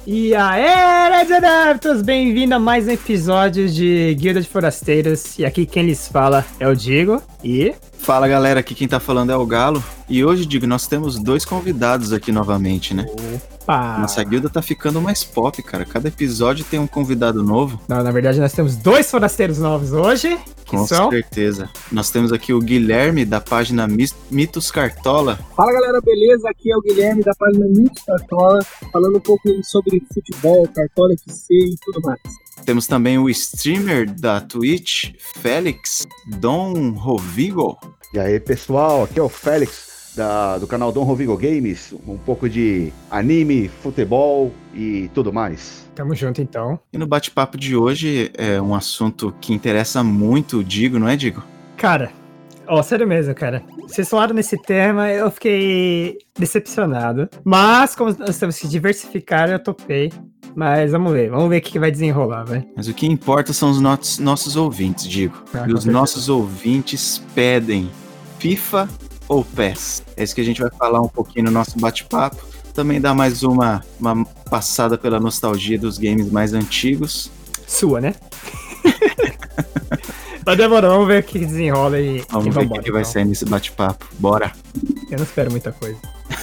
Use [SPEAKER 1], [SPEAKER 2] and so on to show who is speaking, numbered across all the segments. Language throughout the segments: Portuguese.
[SPEAKER 1] E aí, Reds Adeptos, bem-vindo a mais um episódio de Guilda de Forasteiros. E aqui quem lhes fala é o Diego e...
[SPEAKER 2] Fala galera, aqui quem tá falando é o Galo. E hoje, Diego, nós temos dois convidados aqui novamente, né?
[SPEAKER 1] Opa!
[SPEAKER 2] Nossa guilda tá ficando mais pop, cara. Cada episódio tem um convidado novo.
[SPEAKER 1] Não, na verdade nós temos dois forasteiros novos hoje.
[SPEAKER 2] Com certeza. Nós temos aqui o Guilherme, da página Mitos Cartola.
[SPEAKER 3] Fala galera, beleza? Aqui é o Guilherme, da página Mitos Cartola, falando um pouco sobre futebol, Cartola FC e tudo mais.
[SPEAKER 2] Temos também o streamer da Twitch, Félix Dom Rovigo.
[SPEAKER 4] E aí pessoal, aqui é o Félix do canal Dom Rovigo Games, um pouco de anime, futebol e tudo mais.
[SPEAKER 1] Tamo junto então.
[SPEAKER 2] E no bate-papo de hoje é um assunto que interessa muito o Digo, não é, Digo?
[SPEAKER 1] Cara, sério mesmo, cara. Vocês falaram nesse tema, eu fiquei decepcionado. Mas como nós temos que diversificar, eu topei. Mas vamos ver o que vai desenrolar, velho.
[SPEAKER 2] Mas o que importa são os nossos ouvintes, Digo. E os nossos ouvintes pedem FIFA ou PES. É isso que a gente vai falar um pouquinho no nosso bate-papo. Também dá mais uma passada pela nostalgia dos games mais antigos.
[SPEAKER 1] Sua, né? Mas demorou, vamos ver o que desenrola e
[SPEAKER 2] vamos ver o que vai sair nesse bate-papo. Bora!
[SPEAKER 1] Eu não espero muita coisa.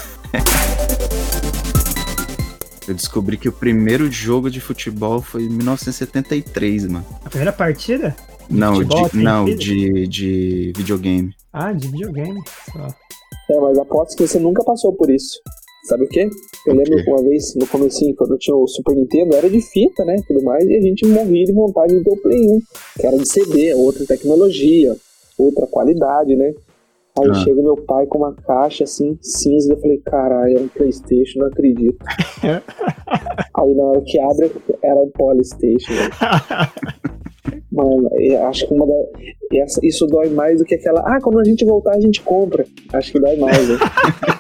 [SPEAKER 2] Eu descobri que o primeiro jogo de futebol foi em 1973, mano.
[SPEAKER 1] A primeira partida?
[SPEAKER 2] Não, de videogame.
[SPEAKER 1] Ah, de videogame. Só.
[SPEAKER 3] Mas aposto que você nunca passou por isso. Sabe o quê? Eu lembro uma vez, no comecinho, quando eu tinha o Super Nintendo, era de fita, né, tudo mais, e a gente morria de vontade de ter o Play 1, que era de CD, outra tecnologia, outra qualidade, né? Aí chega meu pai com uma caixa, assim, cinza, eu falei, caralho, é um PlayStation, não acredito. Aí na hora que abre, era um PlayStation, né? Mano, eu acho que isso dói mais do que aquela... quando a gente voltar a gente compra. Acho que dói mais, né?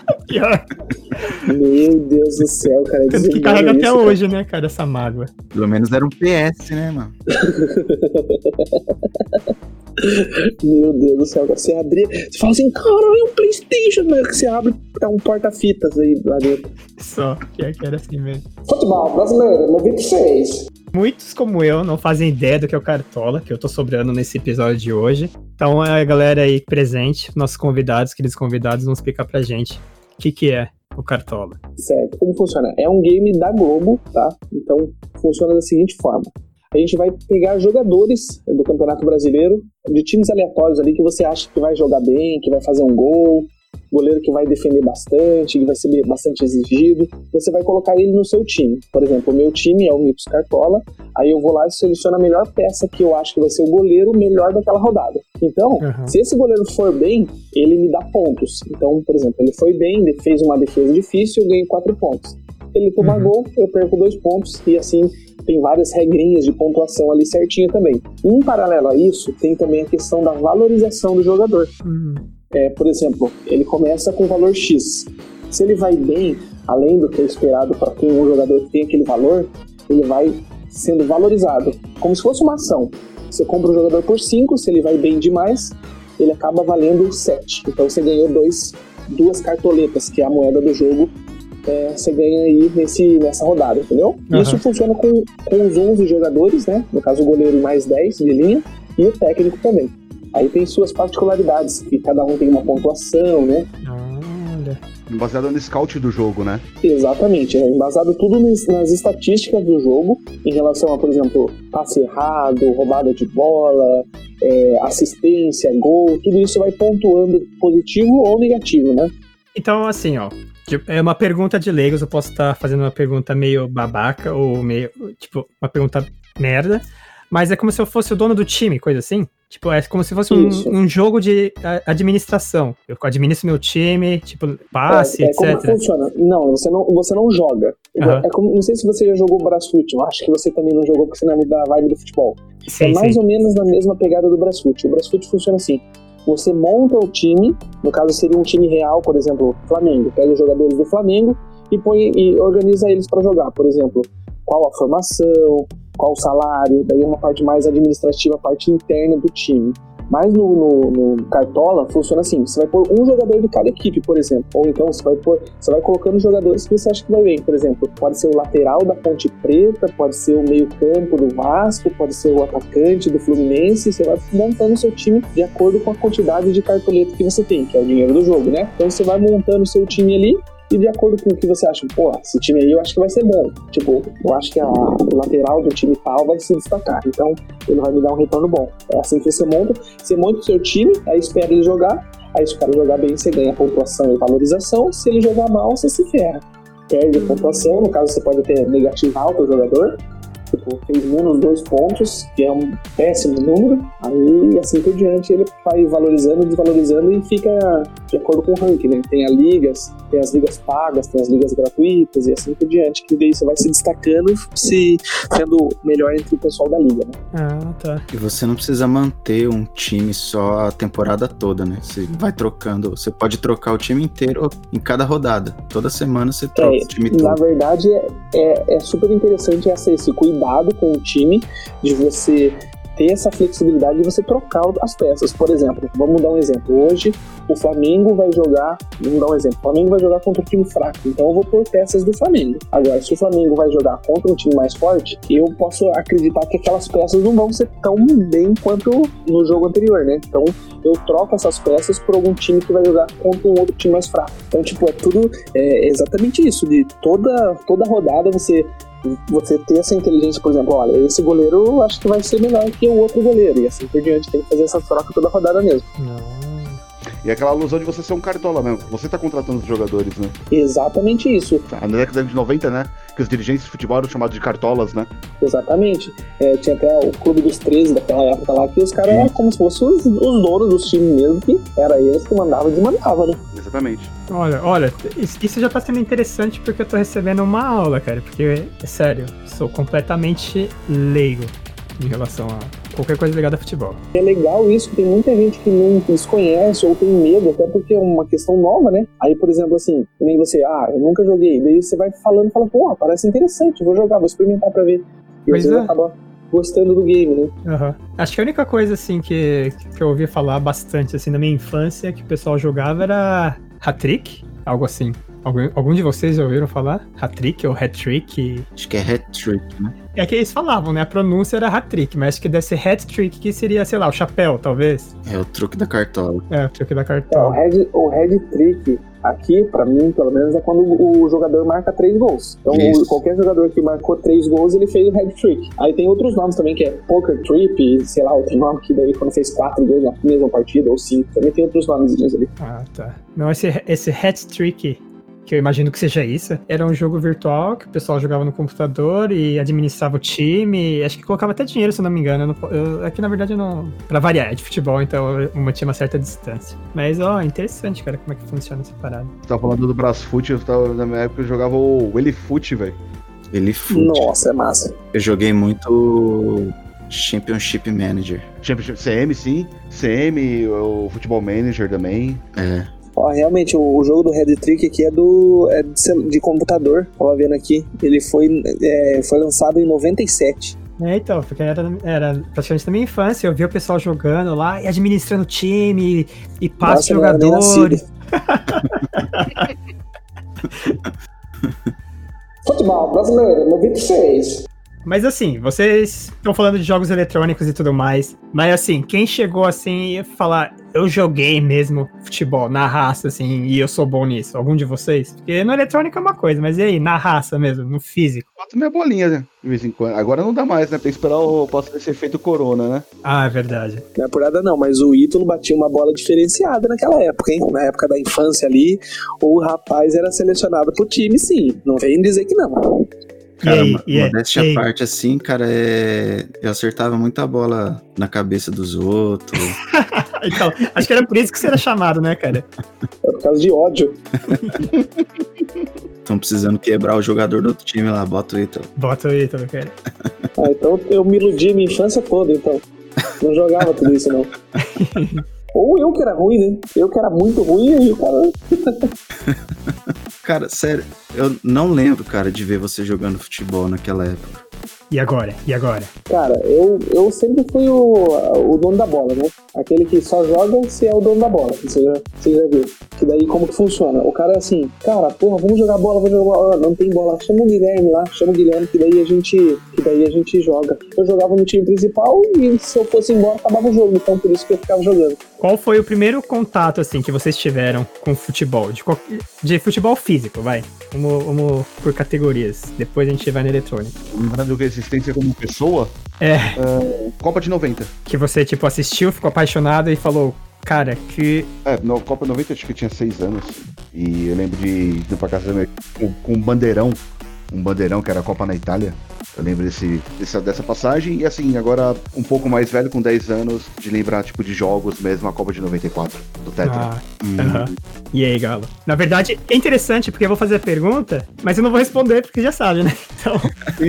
[SPEAKER 3] Meu Deus do céu, cara.
[SPEAKER 1] Temos que carregar até hoje, né, cara, essa mágoa.
[SPEAKER 2] Pelo menos era um PS, né, mano?
[SPEAKER 3] Meu Deus do céu, você abrir... Você fala assim, caralho, é um PlayStation, né? Que você abre, é um porta-fitas aí lá dentro.
[SPEAKER 1] Só, que era assim mesmo.
[SPEAKER 3] Futebol brasileiro, 96.
[SPEAKER 1] Muitos como eu não fazem ideia do que é o Cartola, que eu tô sobrando nesse episódio de hoje. Então a galera aí presente, nossos convidados, queridos convidados, vão explicar pra gente o que é o Cartola.
[SPEAKER 3] Certo, como funciona? É um game da Globo, tá? Então funciona da seguinte forma. A gente vai pegar jogadores do Campeonato Brasileiro, de times aleatórios ali que você acha que vai jogar bem, que vai fazer um gol, goleiro que vai defender bastante, que vai ser bastante exigido, você vai colocar ele no seu time. Por exemplo, o meu time é o Mitos Cartola, aí eu vou lá e seleciono a melhor peça que eu acho que vai ser o goleiro melhor daquela rodada. Então, se esse goleiro for bem, ele me dá pontos. Então, por exemplo, ele foi bem, fez uma defesa difícil, eu ganho 4 pontos. Se ele tomar gol, eu perco 2 pontos, e assim tem várias regrinhas de pontuação ali certinho também. Em paralelo a isso, tem também a questão da valorização do jogador. Por exemplo, ele começa com valor X. Se ele vai bem, além do que é esperado para quem é um jogador que tem aquele valor, ele vai sendo valorizado, como se fosse uma ação. Você compra um jogador por 5, se ele vai bem demais, ele acaba valendo 7. Então você ganhou 2 cartoletas, que é a moeda do jogo, você ganha aí nessa rodada, entendeu? Isso funciona com os 11 jogadores, né? No caso o goleiro mais 10 de linha, e o técnico também. Aí tem suas particularidades, que cada um tem uma pontuação, né?
[SPEAKER 1] Olha.
[SPEAKER 4] Baseado no scout do jogo, né?
[SPEAKER 3] Exatamente, é embasado tudo nas estatísticas do jogo, em relação a, por exemplo, passe errado, roubada de bola, assistência, gol, tudo isso vai pontuando positivo ou negativo, né?
[SPEAKER 1] Então, assim, é uma pergunta de leigos, eu posso estar fazendo uma pergunta meio babaca, ou meio, tipo, uma pergunta merda, mas é como se eu fosse o dono do time, coisa assim? Tipo, é como se fosse um jogo de administração. Eu administro meu time, tipo, passe, etc.
[SPEAKER 3] Como funciona? Não, você não joga. Não sei se você já jogou Brasfoot, eu acho que você também não jogou porque você não é da vibe do futebol.
[SPEAKER 1] Sim,
[SPEAKER 3] mais ou menos na mesma pegada do Brasfoot. O Brasfoot funciona assim. Você monta o time, no caso seria um time real, por exemplo, Flamengo. Pega os jogadores do Flamengo e organiza eles para jogar. Por exemplo, qual a formação, qual o salário, daí uma parte mais administrativa, a parte interna do time. Mas no Cartola funciona assim, você vai pôr um jogador de cada equipe, por exemplo. Ou então você vai colocando jogadores que você acha que vai bem. Por exemplo, pode ser o lateral da Ponte Preta, pode ser o meio-campo do Vasco, pode ser o atacante do Fluminense. Você vai montando o seu time de acordo com a quantidade de cartoleta que você tem, que é o dinheiro do jogo, né? Então você vai montando o seu time ali e de acordo com o que você acha, pô, esse time aí eu acho que vai ser bom. Tipo, eu acho que a lateral do time tal vai se destacar, então ele vai me dar um retorno bom. É assim que você monta o seu time, aí espera ele jogar, aí se o cara jogar bem, você ganha pontuação e valorização, se ele jogar mal, você se ferra. Perde a pontuação, no caso você pode até negativar o teu jogador, tipo, fez menos 2 pontos, que é um péssimo número, aí assim por diante ele vai valorizando, desvalorizando e fica de acordo com o ranking, né? Tem as ligas pagas, tem as ligas gratuitas e assim por diante, que daí você vai se destacando, se sendo melhor entre o pessoal da liga, né?
[SPEAKER 1] Ah, tá.
[SPEAKER 2] E você não precisa manter um time só a temporada toda, né? Você vai trocando, você pode trocar o time inteiro em cada rodada. Toda semana você troca o time todo.
[SPEAKER 3] Na verdade, é super interessante esse cuidado com o time, de você ter essa flexibilidade de você trocar as peças. Por exemplo, vamos dar um exemplo. Hoje, o Flamengo vai jogar... Vamos dar um exemplo. O Flamengo vai jogar contra um time fraco. Então, eu vou pôr peças do Flamengo. Agora, se o Flamengo vai jogar contra um time mais forte, eu posso acreditar que aquelas peças não vão ser tão bem quanto no jogo anterior, né? Então, eu troco essas peças por algum time que vai jogar contra um outro time mais fraco. Então, tipo, é tudo exatamente isso. De toda rodada, você ter essa inteligência, por exemplo, olha, esse goleiro eu acho que vai ser melhor que o outro goleiro, e assim por diante, tem que fazer essa troca toda rodada mesmo.
[SPEAKER 4] E aquela alusão de você ser um cartola mesmo, você tá contratando os jogadores, né?
[SPEAKER 3] Exatamente isso.
[SPEAKER 4] Na década de 90, né, que os dirigentes de futebol eram chamados de cartolas, né?
[SPEAKER 3] Exatamente. Tinha até o Clube dos 13 daquela época lá, que os caras eram como se fossem os donos dos times mesmo, que era eles que mandavam e desmandavam, né?
[SPEAKER 4] Exatamente.
[SPEAKER 1] Olha, isso já tá sendo interessante porque eu tô recebendo uma aula, cara, porque, é sério, sou completamente leigo em relação a qualquer coisa ligada a futebol.
[SPEAKER 3] É legal isso, que tem muita gente que não desconhece ou tem medo, até porque é uma questão nova, né? Aí, por exemplo, assim, nem você, eu nunca joguei, daí você vai falando, fala, pô, parece interessante, vou jogar, vou experimentar pra ver. E às vezes acaba gostando do game, né?
[SPEAKER 1] Uhum. Acho que a única coisa, assim, que eu ouvi falar bastante, assim, na minha infância, que o pessoal jogava era hat-trick, algo assim. Algum de vocês já ouviram falar? Hat-trick ou hat-trick?
[SPEAKER 2] Acho que é hat-trick, né?
[SPEAKER 1] É que eles falavam, né? A pronúncia era hat-trick, mas acho que deve ser hat-trick, que seria, sei lá, o chapéu, talvez.
[SPEAKER 2] É o truque da cartola.
[SPEAKER 1] É, o truque da cartola.
[SPEAKER 3] O hat-trick, aqui, pra mim, pelo menos, é quando o jogador marca 3 gols. Então, qualquer jogador que marcou 3 gols, ele fez o hat-trick. Aí tem outros nomes também, que é poker trip, sei lá, outro nome que daí quando fez 4 gols na mesma partida, ou 5. Também tem outros nomes ali.
[SPEAKER 1] Ah, tá. Não, esse hat-trick, que eu imagino que seja isso, era um jogo virtual que o pessoal jogava no computador e administrava o time, acho que colocava até dinheiro, se eu não me engano. Aqui, na verdade, eu não... Pra variar, é de futebol, então eu mantinha uma certa distância. Mas, interessante, cara, como é que funciona essa parada.
[SPEAKER 4] Você tava falando do Brasfoot, na minha época eu jogava o Elifoot, velho.
[SPEAKER 2] Elifoot.
[SPEAKER 3] Nossa, é massa.
[SPEAKER 2] Eu joguei muito Championship Manager.
[SPEAKER 4] CM, sim. CM, o Football Manager também.
[SPEAKER 3] Realmente, o jogo do Head Trick aqui é de computador. Tava vendo aqui. Ele foi lançado em 97.
[SPEAKER 1] Então, porque era praticamente da minha infância. Eu via o pessoal jogando lá e administrando o time e passe jogadores.
[SPEAKER 3] Futebol brasileiro, 96.
[SPEAKER 1] Mas assim, vocês estão falando de jogos eletrônicos e tudo mais, mas assim, quem chegou assim e falar, eu joguei mesmo futebol, na raça, assim, e eu sou bom nisso? Algum de vocês? Porque no eletrônico é uma coisa, mas e aí, na raça mesmo, no físico?
[SPEAKER 4] Bota minha bolinha, né? De vez em quando. Agora não dá mais, né? Tem que esperar possa ser feito corona, né?
[SPEAKER 1] Ah, é verdade.
[SPEAKER 3] Não é por nada não, mas o Ítalo batia uma bola diferenciada naquela época, hein? Na época da infância ali, o rapaz era selecionado pro time, sim. Não vem dizer que não.
[SPEAKER 2] Cara, modéstia à parte, assim, cara, eu acertava muita bola na cabeça dos outros.
[SPEAKER 1] Então, acho que era por isso que você era chamado, né, cara?
[SPEAKER 3] É por causa de ódio.
[SPEAKER 2] Estão precisando quebrar o jogador do outro time lá, bota o Ítalo.
[SPEAKER 1] Bota o Ítalo, cara.
[SPEAKER 3] Então eu me iludi a minha infância toda, então. Não jogava tudo isso, não. Ou eu que era ruim, né? Eu que era muito ruim e o cara...
[SPEAKER 2] Cara, sério, eu não lembro, cara, de ver você jogando futebol naquela época.
[SPEAKER 1] E agora?
[SPEAKER 3] Cara, eu sempre fui o dono da bola, né? Aquele que só joga se é o dono da bola. Você já viu. Que daí como que funciona? O cara é assim, cara, porra, vamos jogar bola. Não tem bola, chama o Guilherme lá, que daí a gente joga. Eu jogava no time principal e se eu fosse embora, acabava o jogo. Então por isso que eu ficava jogando.
[SPEAKER 1] Qual foi o primeiro contato, assim, que vocês tiveram com futebol? De futebol físico, vai. Vamos por categorias. Depois a gente vai na eletrônica.
[SPEAKER 4] Lembrando que a existência como pessoa... Copa de 90.
[SPEAKER 1] Que você, tipo, assistiu, ficou apaixonado e falou... Cara, que...
[SPEAKER 4] Na Copa 90 acho que eu tinha 6 anos. E eu lembro de ir pra casa com um bandeirão. Um bandeirão que era a Copa na Itália. Eu lembro dessa passagem. E assim, agora um pouco mais velho, com 10 anos, de lembrar tipo de jogos mesmo, a Copa de 94, do Tetra.
[SPEAKER 1] E aí, Galo? Na verdade, é interessante porque eu vou fazer a pergunta, mas eu não vou responder porque já sabe, né? Então...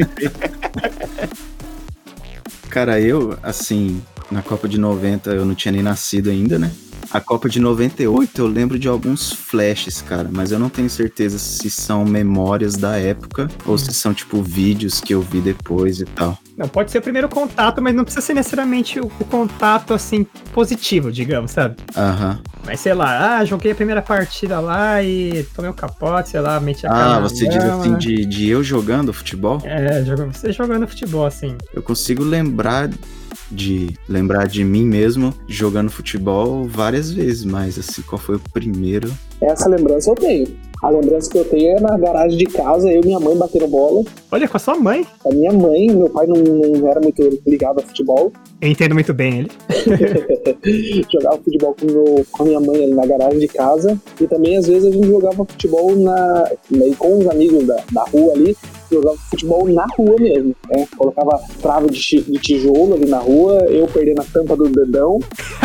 [SPEAKER 2] Cara, eu, assim, na Copa de 90 eu não tinha nem nascido ainda, né? A Copa de 98 eu lembro de alguns flashes, cara, mas eu não tenho certeza se são memórias da época ou se são, tipo, vídeos que eu vi depois e tal.
[SPEAKER 1] Não, pode ser o primeiro contato, mas não precisa ser necessariamente o contato, assim, positivo, digamos, sabe? Mas sei lá, joguei a primeira partida lá e tomei um capote, sei lá, meti a cara.
[SPEAKER 2] Você diz assim, de eu jogando futebol?
[SPEAKER 1] Você jogando futebol, assim.
[SPEAKER 2] Eu consigo lembrar de mim mesmo jogando futebol várias vezes, mas assim, qual foi o primeiro?
[SPEAKER 3] Essa lembrança eu tenho. A lembrança que eu tenho é na garagem de casa, eu e minha mãe batendo bola.
[SPEAKER 1] Olha, com a sua mãe?
[SPEAKER 3] A minha mãe, meu pai não era muito ligado a futebol.
[SPEAKER 1] Eu entendo muito bem ele.
[SPEAKER 3] Jogava futebol com a minha mãe ali na garagem de casa. E também, às vezes, a gente jogava futebol com os amigos da rua ali. Jogava futebol na rua mesmo, né? Colocava trava de tijolo ali na rua, eu perdendo a tampa do dedão.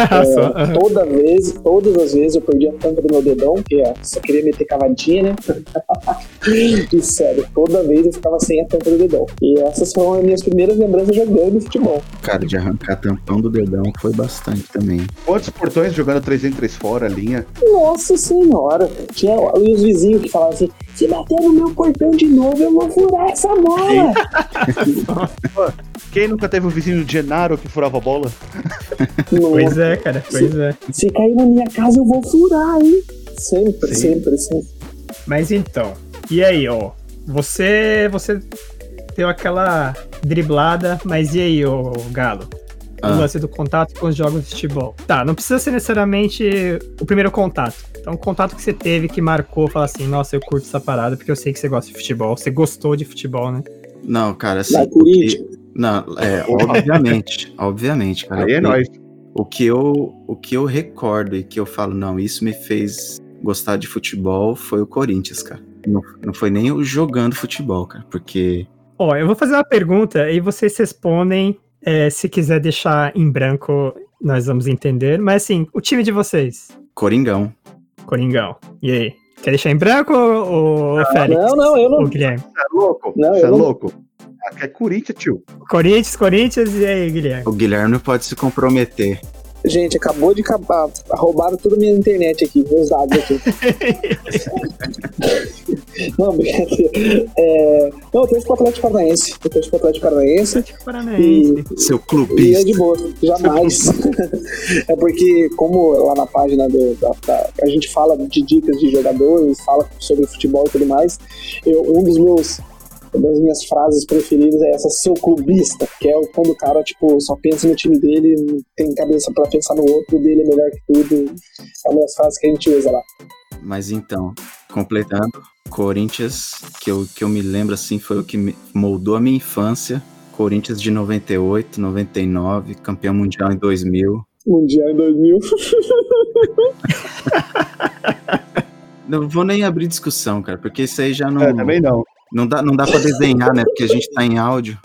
[SPEAKER 3] Todas as vezes eu perdi a tampa do meu dedão, porque só queria meter cavadinha, né? E sério, toda vez eu ficava sem a tampa do dedão. E essas foram as minhas primeiras lembranças jogando futebol.
[SPEAKER 2] Cara, de arrancar tampão do dedão foi bastante também.
[SPEAKER 4] Quantos portões jogando 3 dentro, 3 fora, linha?
[SPEAKER 3] Nossa senhora! Tinha os vizinhos que falavam assim, se bater no meu portão de novo, eu vou furar essa bola!
[SPEAKER 4] Quem nunca teve um vizinho de Genaro que furava a bola?
[SPEAKER 1] Pois é, cara, pois é.
[SPEAKER 3] Se cair na minha casa, eu vou furar, hein? Sempre.
[SPEAKER 1] Mas então, e aí, ó? Você deu aquela driblada, mas e aí, ô Galo? O lance do contato com os jogos de futebol. Tá, não precisa ser necessariamente o primeiro contato. Então, um contato que você teve que marcou, falar assim, nossa, eu curto essa parada porque eu sei que você gosta de futebol. Você gostou de futebol, né?
[SPEAKER 2] Não, cara, assim... obviamente, cara.
[SPEAKER 4] Aí é nóis.
[SPEAKER 2] O que eu recordo e que eu falo, não, isso me fez gostar de futebol foi o Corinthians, cara. Não foi nem eu jogando futebol, cara, porque...
[SPEAKER 1] Ó, eu vou fazer uma pergunta e vocês respondem, se quiser deixar em branco, nós vamos entender. Mas assim, o time de vocês?
[SPEAKER 2] Coringão.
[SPEAKER 1] E aí? Quer deixar em branco ou Félix?
[SPEAKER 3] Não, eu não.
[SPEAKER 1] O Guilherme?
[SPEAKER 4] Você é louco?
[SPEAKER 3] Não,
[SPEAKER 4] Você é louco? É Corinthians, tio.
[SPEAKER 1] Corinthians, e aí, Guilherme?
[SPEAKER 2] O Guilherme pode se comprometer.
[SPEAKER 3] Gente, acabou de acabar. Roubaram toda a minha internet aqui, meus dados aqui. Não, brincadeira. Não, eu torço pro Atlético Paranaense.
[SPEAKER 2] Seu clubista.
[SPEAKER 3] E é de boa, jamais. É porque, como lá na página a gente fala de dicas de jogadores, fala sobre futebol e tudo mais, uma das minhas frases preferidas é essa, seu clubista, que é quando o cara, tipo, só pensa no time dele, não tem cabeça pra pensar no outro, dele é melhor que tudo. É uma das frases que a gente usa lá.
[SPEAKER 2] Mas então, completando, Corinthians, que eu me lembro assim, foi o que moldou a minha infância. Corinthians de 98, 99, campeão mundial em 2000.
[SPEAKER 3] Mundial em 2000.
[SPEAKER 2] Não vou nem abrir discussão, cara, porque isso aí já não...
[SPEAKER 4] também não.
[SPEAKER 2] Não dá pra desenhar, né? Porque a gente tá em áudio.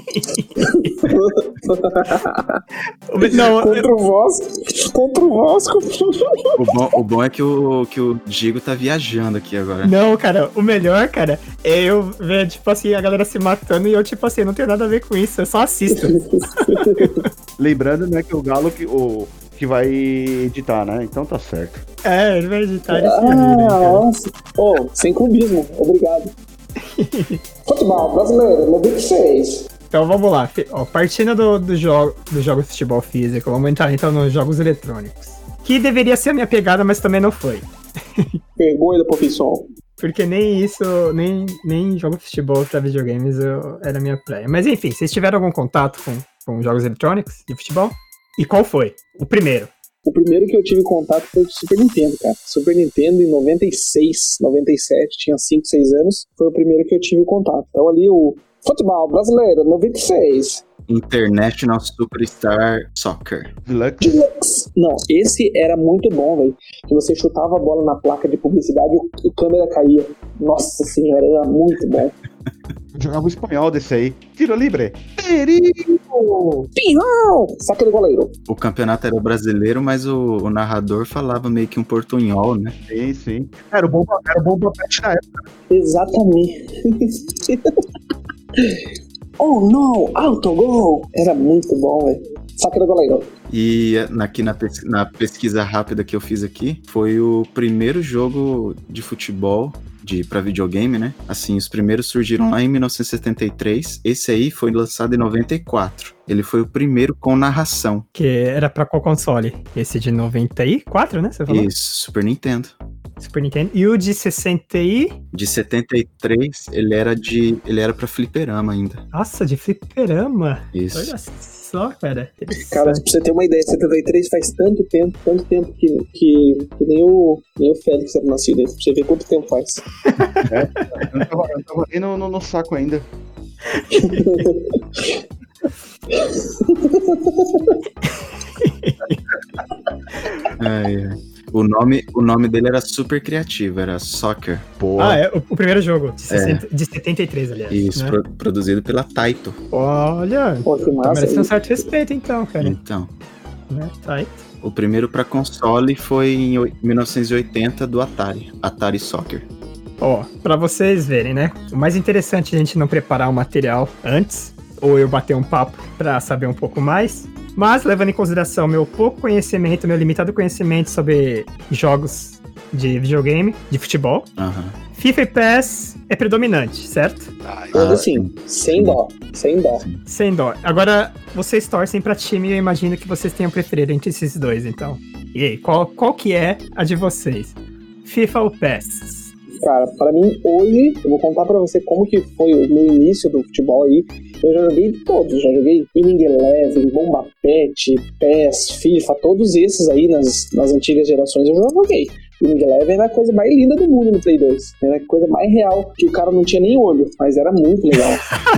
[SPEAKER 1] Não,
[SPEAKER 3] contra o Vasco.
[SPEAKER 2] O bom é que o Diego tá viajando aqui agora.
[SPEAKER 1] Não, cara, o melhor, cara, é eu ver, tipo assim, a galera se matando e eu, tipo assim, não tenho nada a ver com isso, eu só assisto.
[SPEAKER 4] Lembrando, né, que o Galo que vai editar, né? Então tá certo.
[SPEAKER 1] Ele vai editar esse
[SPEAKER 3] nossa. Sem clubismo, obrigado. Futebol brasileiro, no Big 6.
[SPEAKER 1] Então vamos lá. Ó, partindo do jogo de futebol físico, vamos entrar então nos jogos eletrônicos. Que deveria ser a minha pegada, mas também não foi.
[SPEAKER 3] Vergonha da profissão.
[SPEAKER 1] Porque nem isso, nem jogo de futebol pra videogames era a minha praia. Mas enfim, vocês tiveram algum contato com jogos eletrônicos de futebol? E qual foi? O primeiro?
[SPEAKER 3] O primeiro que eu tive contato foi o Super Nintendo, cara. Super Nintendo em 96, 97, tinha 5, 6 anos. Foi o primeiro que eu tive contato. Então ali o futebol brasileiro, 96.
[SPEAKER 2] International Superstar Soccer.
[SPEAKER 3] Deluxe. Não, esse era muito bom, velho. Que você chutava a bola na placa de publicidade e a câmera caía. Nossa senhora, era muito bom.
[SPEAKER 4] Eu jogava o espanhol desse aí. Tiro livre. Perigo!
[SPEAKER 3] Pirrão! Saca do goleiro.
[SPEAKER 2] O campeonato era brasileiro, mas o narrador falava meio que um portunhol, né?
[SPEAKER 4] Sim, sim. Era o Bomba Pet na época.
[SPEAKER 3] Exatamente. Oh, não! Autogol! Era muito bom, velho. Saca do goleiro.
[SPEAKER 2] E aqui na pesquisa rápida que eu fiz aqui, foi o primeiro jogo de futebol pra videogame, né? Assim, os primeiros surgiram lá em 1973. Esse aí foi lançado em 94. Ele foi o primeiro com narração.
[SPEAKER 1] Que era pra qual console? Esse de 94, né? Você falou?
[SPEAKER 2] Isso, Super Nintendo.
[SPEAKER 1] Super Nintendo. E o de 60 e...
[SPEAKER 2] De 73, ele era pra fliperama ainda.
[SPEAKER 1] Nossa, de fliperama.
[SPEAKER 2] Isso.
[SPEAKER 1] Olha só, cara.
[SPEAKER 3] Cara, pra você ter uma ideia, 73 faz tanto tempo que nem o Félix era nascido aí. Pra você ver quanto tempo faz.
[SPEAKER 4] Eu não tava nem no saco ainda.
[SPEAKER 2] O nome dele era super criativo, era Soccer.
[SPEAKER 4] Boa.
[SPEAKER 1] É o primeiro jogo, de 73, aliás.
[SPEAKER 2] Isso,
[SPEAKER 1] né?
[SPEAKER 2] Produzido pela Taito.
[SPEAKER 1] Olha,
[SPEAKER 3] Pô, que massa,
[SPEAKER 1] tá merecendo um certo respeito então, cara.
[SPEAKER 2] Então,
[SPEAKER 1] Né? Taito.
[SPEAKER 2] o primeiro pra console foi em 1980 do Atari Soccer.
[SPEAKER 1] Ó, pra vocês verem, né? O mais interessante é a gente não preparar o material antes, ou eu bater um papo pra saber um pouco mais. Mas, levando em consideração meu pouco conhecimento, meu limitado conhecimento sobre jogos de videogame, de futebol, FIFA e PES é predominante, certo?
[SPEAKER 3] Todo assim, sem dó.
[SPEAKER 1] Sem dó. Agora, vocês torcem pra time e eu imagino que vocês tenham preferido entre esses dois, então. E aí, qual que é a de vocês? FIFA ou PES?
[SPEAKER 3] Cara, pra mim, hoje, eu vou contar pra você como que foi o meu início do futebol aí. Eu já joguei todos, já joguei Winning Eleven, Bomba Pet, PES, FIFA, todos esses aí nas antigas gerações eu já joguei. Winning Eleven era a coisa mais linda do mundo no Play 2. Era a coisa mais real, que o cara não tinha nem olho, mas era muito legal.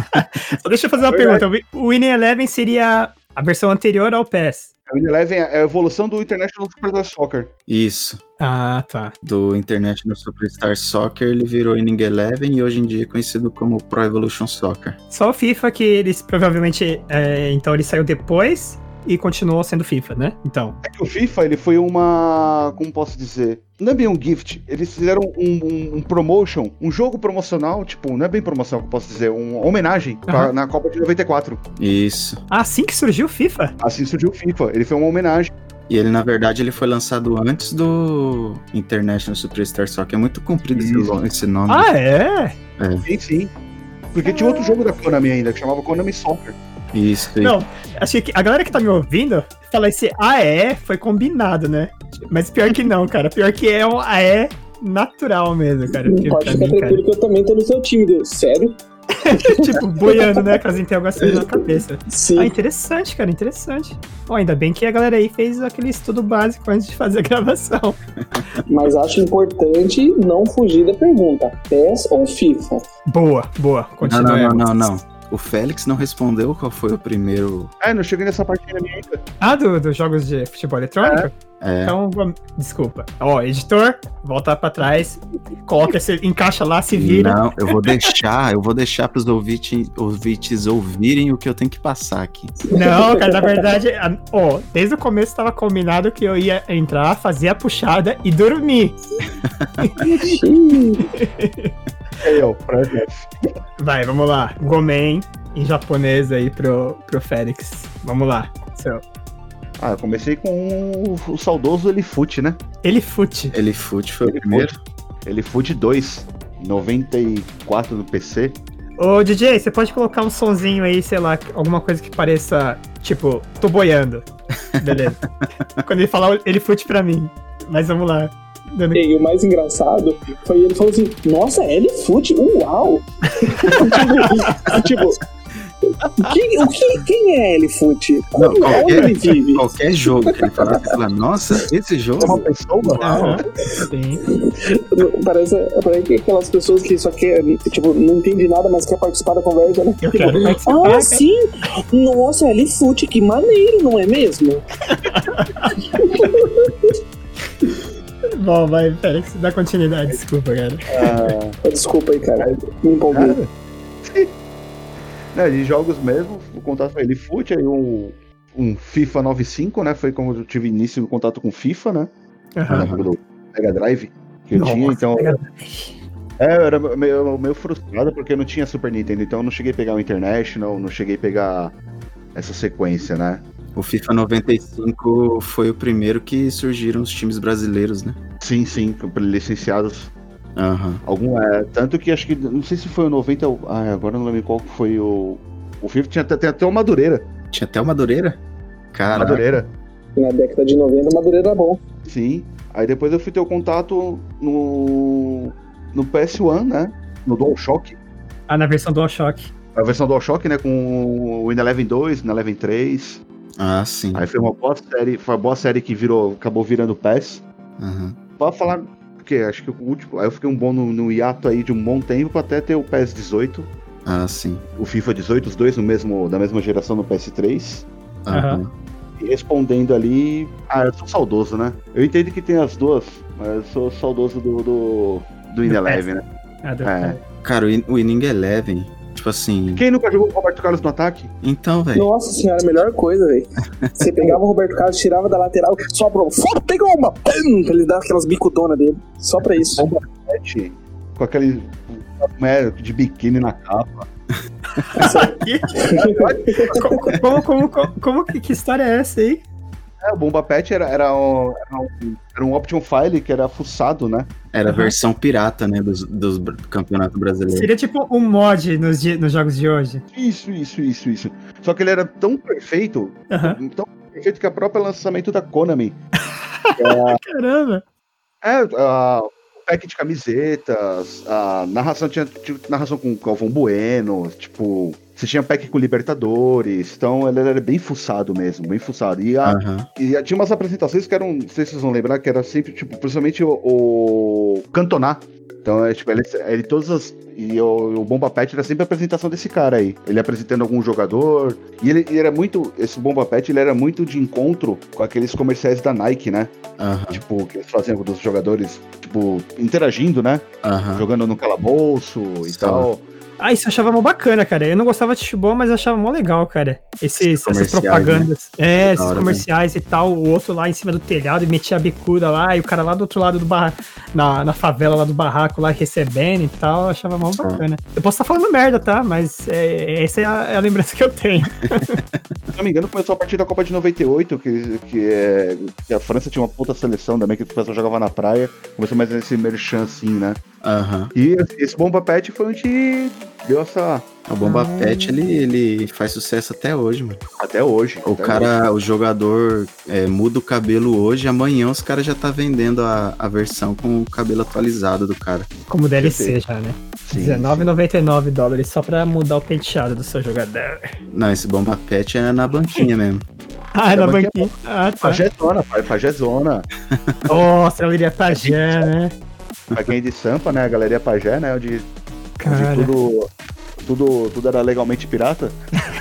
[SPEAKER 1] Deixa eu fazer uma pergunta. O Winning Eleven seria a versão anterior ao PES?
[SPEAKER 4] O Winning Eleven é a evolução do International Superstar Soccer.
[SPEAKER 2] Isso.
[SPEAKER 1] Ah, tá.
[SPEAKER 2] Do International Superstar Soccer, ele virou Winning Eleven e hoje em dia é conhecido como Pro Evolution Soccer.
[SPEAKER 1] Só o FIFA que eles provavelmente... então ele saiu depois e continuou sendo FIFA, né? Então.
[SPEAKER 4] É que o FIFA, ele foi uma... Como posso dizer? Não é bem um gift. Eles fizeram um promotion, um jogo promocional, tipo, não é bem promoção que eu posso dizer, uma homenagem na Copa de 94.
[SPEAKER 2] Isso.
[SPEAKER 1] Assim que surgiu o FIFA?
[SPEAKER 4] Assim surgiu o FIFA. Ele foi uma homenagem.
[SPEAKER 2] E ele, na verdade, ele foi lançado antes do International Superstar Soccer. É muito comprido esse nome.
[SPEAKER 1] Ah, é?
[SPEAKER 4] Sim. Porque tinha outro jogo da Konami ainda, que chamava Konami Soccer.
[SPEAKER 2] Isso.
[SPEAKER 1] Não, achei que a galera que tá me ouvindo fala esse foi combinado, né? Mas pior que não, cara. Pior que é um natural mesmo, cara.
[SPEAKER 3] Pode ficar tranquilo que eu também tô no seu time, Deus. Sério?
[SPEAKER 1] Tipo, boiando, né? Com as interrogações na cabeça.
[SPEAKER 3] Sim.
[SPEAKER 1] Interessante, cara, interessante. Ainda bem que a galera aí fez aquele estudo básico antes de fazer a gravação.
[SPEAKER 3] Mas acho importante não fugir da pergunta. PES ou FIFA?
[SPEAKER 1] Boa. Continua.
[SPEAKER 2] Não. O Félix não respondeu qual foi o primeiro...
[SPEAKER 4] Não cheguei nessa parte ainda.
[SPEAKER 1] Ah, dos jogos de futebol eletrônico? Então, desculpa. Editor, volta pra trás, encaixa lá, se vira.
[SPEAKER 2] Não, eu vou deixar pros ouvintes ouvirem o que eu tenho que passar aqui.
[SPEAKER 1] Não, cara, na verdade, desde o começo tava combinado que eu ia entrar, fazer a puxada e dormir. Vai, vamos lá. Gomen em japonês aí pro Félix. Vamos lá.
[SPEAKER 4] Eu comecei com o saudoso Elifute, né?
[SPEAKER 1] Elifute
[SPEAKER 2] foi o primeiro.
[SPEAKER 4] Elifute 2, 94 no PC.
[SPEAKER 1] Ô, DJ, você pode colocar um sonzinho aí, sei lá, alguma coisa que pareça, tipo, tô boiando. Beleza. Quando ele falar, ele fute pra mim. Mas vamos lá.
[SPEAKER 3] E o mais engraçado foi ele falou assim, nossa, L-Foot, uau! tipo, quem é L-Foot? Onde ele vive?
[SPEAKER 2] Qualquer jogo que ele fala, você fala, nossa, esse jogo
[SPEAKER 4] É uma pessoa?
[SPEAKER 1] Sim.
[SPEAKER 3] Parece aquelas pessoas que só querem, tipo, não entende nada, mas quer participar da conversa, né?
[SPEAKER 1] Eu quero participar.
[SPEAKER 3] Ah, sim! Nossa, L-Foot, que maneiro, não é mesmo?
[SPEAKER 1] Bom, vai, pera, dá continuidade, desculpa, cara.
[SPEAKER 3] Desculpa aí, cara. Me empolguei.
[SPEAKER 4] Né, de jogos mesmo, o contato foi L-Foot, aí um FIFA 95, né? Foi como eu tive início do contato com FIFA, né? Na época do Mega Drive que eu tinha, então. Eu era meio frustrado porque eu não tinha Super Nintendo, então eu não cheguei a pegar o International, não cheguei a pegar essa sequência, né?
[SPEAKER 2] O FIFA 95 foi o primeiro que surgiram os times brasileiros, né?
[SPEAKER 4] Sim, licenciados. Tanto que acho que, não sei se foi o 90, agora não lembro qual foi o FIFA, tinha até o Madureira.
[SPEAKER 2] Tinha até o Madureira? Caraca.
[SPEAKER 4] Madureira.
[SPEAKER 3] Na década de 90, o Madureira era bom.
[SPEAKER 4] Sim, aí depois eu fui ter o contato no PS1, né, no DualShock.
[SPEAKER 1] Na versão DualShock.
[SPEAKER 4] A versão DualShock, né, com o Win Eleven 2, Win Eleven 3.
[SPEAKER 2] Ah, sim.
[SPEAKER 4] Aí foi uma boa série que acabou virando PES. Pode falar, porque acho que o último, aí eu fiquei no hiato aí de um bom tempo até ter o PES 18.
[SPEAKER 2] Ah, sim.
[SPEAKER 4] O FIFA 18, os dois da mesma geração no PS3. E respondendo ali, eu sou saudoso, né? Eu entendo que tem as duas, mas eu sou saudoso do Win Eleven, né?
[SPEAKER 2] Cara, o Winning Eleven, tipo assim...
[SPEAKER 4] Quem nunca jogou com o Roberto Carlos no ataque?
[SPEAKER 2] Então, velho...
[SPEAKER 3] Nossa senhora, a melhor coisa, velho. Você pegava o Roberto Carlos, tirava da lateral, só pra... Pegou uma... Pra ele dar aquelas bicudonas dele. Só pra isso.
[SPEAKER 4] Bomba pet, com aquele... de biquíni na capa.
[SPEAKER 1] Como que história é essa aí?
[SPEAKER 4] O Bomba Pet era um Option File que era fuçado, né?
[SPEAKER 2] Era a versão pirata, né, do Campeonato Brasileiro.
[SPEAKER 1] Seria tipo um mod nos jogos de hoje.
[SPEAKER 4] Isso. Só que ele era tão perfeito, que a própria lançamento da Konami...
[SPEAKER 1] Caramba!
[SPEAKER 4] O pack de camisetas, a narração tinha narração com Galvão Bueno, tipo, você tinha pack com Libertadores, então ele era bem fuçado mesmo, bem fuçado. E tinha umas apresentações que eram, não sei se vocês vão lembrar, que era sempre, tipo, principalmente o Cantona. Então, tipo, ele todas as... E o Bomba Pet era sempre a apresentação desse cara aí. Ele apresentando algum jogador. E ele era muito... Esse Bomba Pet, ele era muito de encontro com aqueles comerciais da Nike, né? Tipo, que eles faziam dos jogadores, tipo, interagindo, né? Jogando no calabouço e tal.
[SPEAKER 1] Isso eu achava mó bacana, cara. Eu não gostava de futebol, mas eu achava mó legal, cara. Essas propagandas. Né? Esses comerciais e tal. O outro lá em cima do telhado e metia a bicuda lá. E o cara lá do outro lado do na favela lá do barraco lá recebendo e tal. Eu achava mó bacana. Eu posso estar falando merda, tá? Mas essa é a lembrança que eu tenho.
[SPEAKER 4] Se não me engano, começou a partir da Copa de 98, que a França tinha uma puta seleção também, que o pessoal jogava na praia. Começou mais nesse merchan assim, né? E esse Bomba Pet foi onde deu essa...
[SPEAKER 2] O Bomba Pet, ele faz sucesso até hoje, mano.
[SPEAKER 4] Até hoje.
[SPEAKER 2] O jogador muda o cabelo hoje, amanhã os caras já tá vendendo a versão com o cabelo atualizado do cara.
[SPEAKER 1] Como DLC já, né? $19,99 só pra mudar o penteado do seu jogador.
[SPEAKER 2] Não, esse Bomba Pet é na banquinha mesmo.
[SPEAKER 1] É na banquinha. Tá.
[SPEAKER 4] Pajézona.
[SPEAKER 1] Nossa, eu iria Pajé, né?
[SPEAKER 4] Pra quem é de Sampa, né? A galeria Pajé, né? Onde tudo era legalmente pirata.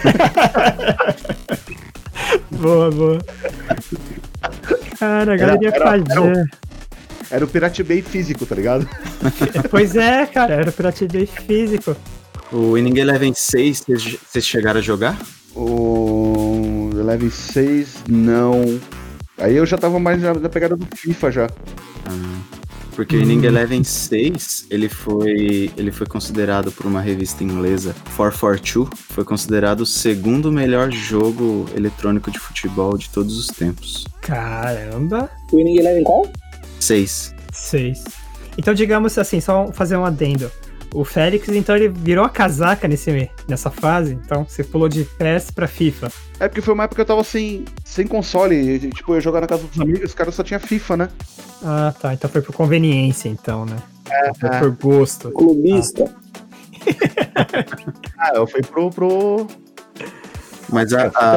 [SPEAKER 1] Boa. Cara, a galeria Pajé.
[SPEAKER 4] Era o Pirate Bay físico, tá ligado?
[SPEAKER 1] Pois é, cara, era o Pirate Bay físico.
[SPEAKER 2] O Winning Eleven 6, vocês chegaram a jogar?
[SPEAKER 4] O Eleven 6, não. Aí eu já tava mais na pegada do FIFA já.
[SPEAKER 2] Porque o Winning Eleven 6, ele foi considerado por uma revista inglesa, 442, foi considerado o segundo melhor jogo eletrônico de futebol de todos os tempos.
[SPEAKER 1] Caramba!
[SPEAKER 3] O Winning Eleven qual?
[SPEAKER 2] 6.
[SPEAKER 1] Então, digamos assim, só fazer um adendo. O Félix, então, ele virou a casaca nessa fase. Então, você pulou de PES pra FIFA.
[SPEAKER 4] É porque foi uma época que eu tava sem console. Tipo, eu ia jogar na casa dos amigos, os caras só tinha FIFA, né?
[SPEAKER 1] Ah, tá. Então foi por conveniência, então, né? Foi por gosto.
[SPEAKER 3] Clubista.
[SPEAKER 4] Eu fui pro...
[SPEAKER 2] Mas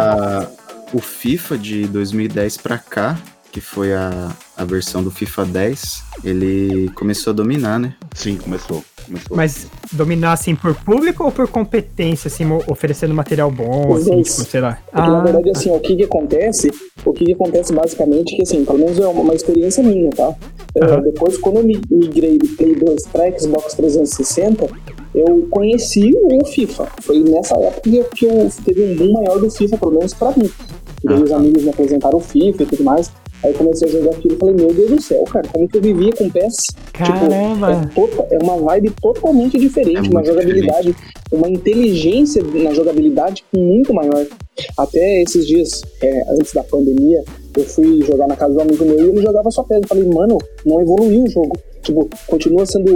[SPEAKER 2] o FIFA de 2010 pra cá, que foi a versão do FIFA 10, ele começou a dominar, né?
[SPEAKER 4] Sim, começou.
[SPEAKER 1] Mas dominar, assim, por público ou por competência, assim, oferecendo material bom,
[SPEAKER 3] Os
[SPEAKER 1] assim,
[SPEAKER 3] dois.
[SPEAKER 1] tipo, sei lá?
[SPEAKER 3] Porque, na verdade, assim, o que acontece basicamente, que assim, pelo menos é uma experiência minha, tá? Depois, quando eu migrei do Play 2 pra Xbox 360, eu conheci o FIFA. Foi nessa época que eu teve um boom maior do FIFA, pelo menos pra mim. E daí os amigos me apresentaram o FIFA e tudo mais. Aí eu comecei a jogar aquilo e falei, meu Deus do céu, cara, como que eu vivia com PES?
[SPEAKER 1] Caramba!
[SPEAKER 3] Tipo, é uma vibe totalmente diferente, uma jogabilidade, uma inteligência na jogabilidade muito maior. Até esses dias, antes da pandemia, eu fui jogar na casa do amigo meu e ele jogava só PES. Eu falei, mano, não evoluiu o jogo. Tipo, continua sendo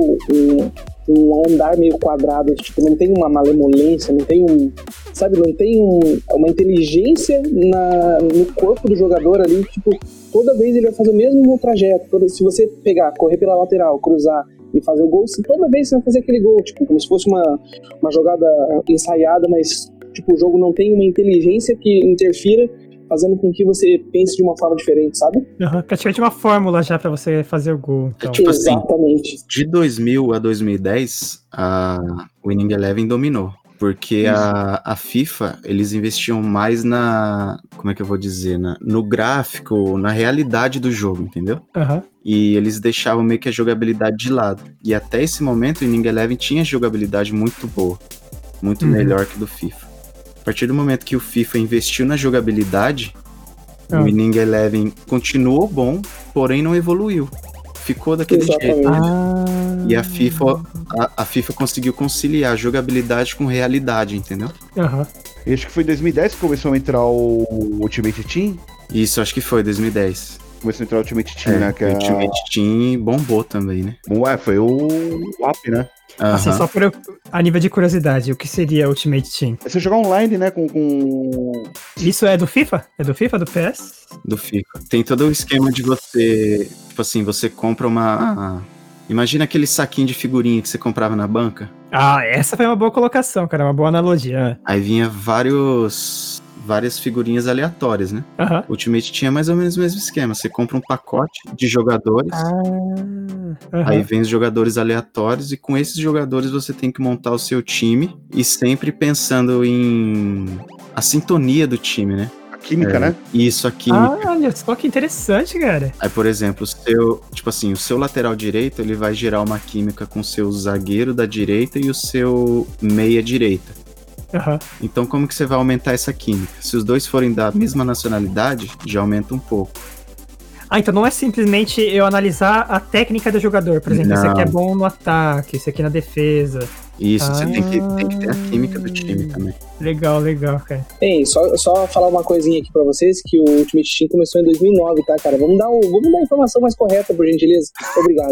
[SPEAKER 3] um andar meio quadrado, tipo, não tem uma malemolência, não tem não tem uma inteligência no corpo do jogador ali, tipo, toda vez ele vai fazer o mesmo trajeto, se você pegar, correr pela lateral, cruzar e fazer o gol, toda vez você vai fazer aquele gol, tipo, como se fosse uma jogada ensaiada, mas, tipo, o jogo não tem uma inteligência que interfira, fazendo com que você pense de uma forma diferente, sabe?
[SPEAKER 1] Praticamente uma fórmula já pra você fazer o gol. Então.
[SPEAKER 2] Tipo
[SPEAKER 3] exatamente.
[SPEAKER 2] Assim, de 2000 a 2010, o Winning Eleven dominou. Porque a FIFA, eles investiam mais como é que eu vou dizer, no gráfico, na realidade do jogo, entendeu? E eles deixavam meio que a jogabilidade de lado. E até esse momento, o Winning Eleven tinha jogabilidade muito boa. Muito melhor que do FIFA. A partir do momento que o FIFA investiu na jogabilidade, o Winning Eleven continuou bom, porém não evoluiu. Ficou daquele jeito. E a FIFA conseguiu conciliar a jogabilidade com realidade, entendeu?
[SPEAKER 4] E acho que foi em 2010 que começou a entrar o Ultimate Team?
[SPEAKER 2] Isso, acho que foi 2010.
[SPEAKER 4] Começou a entrar o Ultimate Team, né?
[SPEAKER 2] O Ultimate Team bombou também, né?
[SPEAKER 4] Foi o up, né?
[SPEAKER 1] Assim, só a nível de curiosidade, o que seria Ultimate Team?
[SPEAKER 4] É você jogar online, né, com...
[SPEAKER 1] Isso é do FIFA? É do FIFA, do PS?
[SPEAKER 2] Do FIFA. Tem todo o esquema de você... Tipo assim, você compra imagina aquele saquinho de figurinha que você comprava na banca.
[SPEAKER 1] Essa foi uma boa colocação, cara, uma boa analogia.
[SPEAKER 2] Aí vinha várias figurinhas aleatórias, né? Ultimate tinha mais ou menos o mesmo esquema. Você compra um pacote de jogadores, aí vem os jogadores aleatórios, e com esses jogadores você tem que montar o seu time, e sempre pensando em a sintonia do time, né?
[SPEAKER 4] A química, né?
[SPEAKER 2] Isso, a química.
[SPEAKER 1] Olha só que interessante, cara.
[SPEAKER 2] Aí, por exemplo, o seu lateral direito, ele vai gerar uma química com o seu zagueiro da direita e o seu meia direita. Então, como que você vai aumentar essa química? Se os dois forem da mesma nacionalidade, já aumenta um pouco.
[SPEAKER 1] Então não é simplesmente eu analisar a técnica do jogador. Por exemplo, esse aqui é bom no ataque, esse aqui na defesa.
[SPEAKER 2] Isso, você tem que ter a química do time também.
[SPEAKER 1] Legal, cara.
[SPEAKER 3] Só falar uma coisinha aqui pra vocês, que o Ultimate Team começou em 2009, tá, cara? Vamos dar a informação mais correta, por gentileza. Obrigado.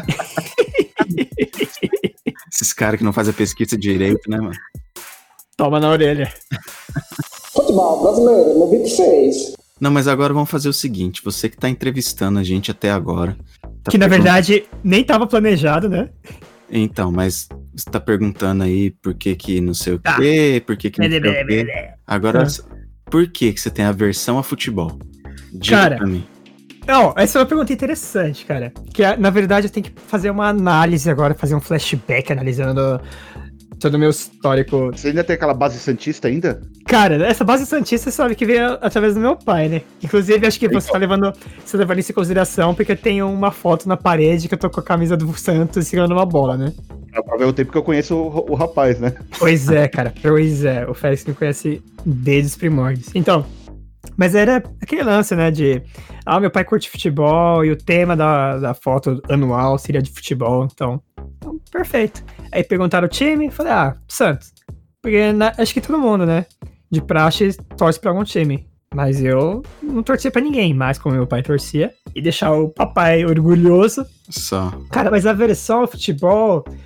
[SPEAKER 2] Esses caras que não fazem a pesquisa direito, né, mano?
[SPEAKER 1] Toma na orelha.
[SPEAKER 3] Futebol brasileiro, no Big 6.
[SPEAKER 2] Não, mas agora vamos fazer o seguinte. Você que tá entrevistando a gente até agora...
[SPEAKER 1] Que, na verdade, nem tava planejado, né?
[SPEAKER 2] Então, mas você tá perguntando aí por que não sei o quê, por que não sei o quê. Agora, por que você tem aversão a futebol? Diga pra mim.
[SPEAKER 1] Não, essa é uma pergunta interessante, cara. Que, na verdade, eu tenho que fazer uma análise agora, fazer um flashback analisando todo o meu histórico.
[SPEAKER 4] Você ainda tem aquela base santista ainda?
[SPEAKER 1] Cara, essa base santista sabe que veio através do meu pai, né? Inclusive, acho que você tá levando isso em consideração, porque eu tenho uma foto na parede que eu tô com a camisa do Santos segurando uma bola, né?
[SPEAKER 4] É pra ver o tempo que eu conheço o rapaz, né?
[SPEAKER 1] Pois é, cara. O Félix me conhece desde os primórdios. Então, mas era aquele lance, né, meu pai curte futebol e o tema da foto anual seria de futebol, então perfeito. Aí perguntaram o time, falei, Santos. Porque acho que todo mundo, né, de praxe torce pra algum time. Mas eu não torcia pra ninguém, mas como meu pai torcia, e deixar o papai orgulhoso.
[SPEAKER 2] Só.
[SPEAKER 1] Cara, mas a aversão ao futebol